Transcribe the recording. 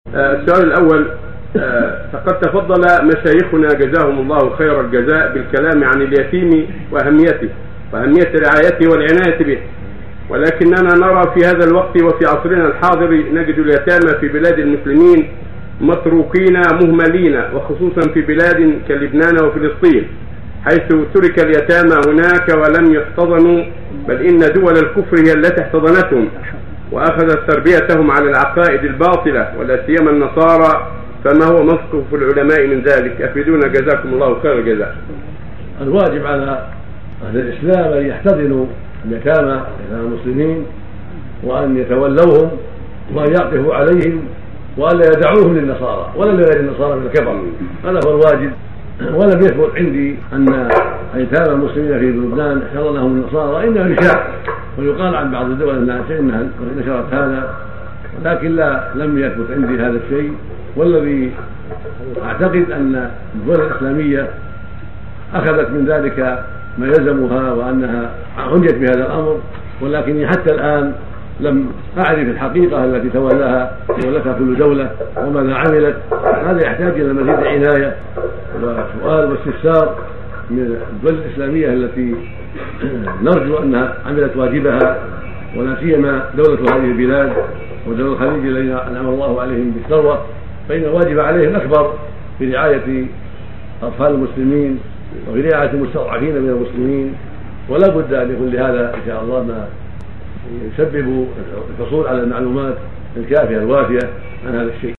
السؤال الأول، فقد تفضل مشايخنا جزاهم الله خير الجزاء بالكلام عن اليتيم وأهميته وأهمية رعايته والعناية به، ولكننا نرى في هذا الوقت وفي عصرنا الحاضر نجد اليتامى في بلاد المسلمين متروكين مهملين، وخصوصا في بلاد كلبنان وفلسطين، حيث ترك اليتامى هناك ولم يحتضنوا، بل إن دول الكفر هي التي احتضنتهم وأخذت تربيتهم على العقائد الباطلة ولا سيما النصارى. فما هو موقف العلماء من ذلك؟ أفيدونا جزاكم الله خير الجزاء. الواجب على أهل الإسلام أن يحتضنوا اليتامى المسلمين وأن يتولوهم وأن يعطفوا عليهم وأن لا يدعوهم للنصارى ولا لغير النصارى من الكفر، هذا هو الواجب. ولم يثبت عندي أن أيتام المسلمين في لبنان احتضنهم النصارى، إنه إشاع ويقال عن بعض الدول أنها نشرت هذا، ولكن لم يثبت عندي هذا الشيء. والذي أعتقد أن الدول الإسلامية أخذت من ذلك ما يلزمها وأنها عنيت بهذا الأمر، ولكني حتى الآن لم أعرف الحقيقة التي تولتها كل دولة وماذا عملت. هذا يحتاج إلى مزيد عناية وسؤال واستفسار من الدول الإسلامية التي نرجو أنها عملت واجبها، ولا سيما دولة هذه البلاد ودول الخليج الذين أنعم الله عليهم بالثروة، فإن الواجب عليهم أكبر في رعاية أطفال المسلمين وفي رعاية المستضعفين من المسلمين، ولا بد أن يكون لهذا إن شاء الله ما يسبب الحصول على المعلومات الكافية الوافية عن هذا الشيء.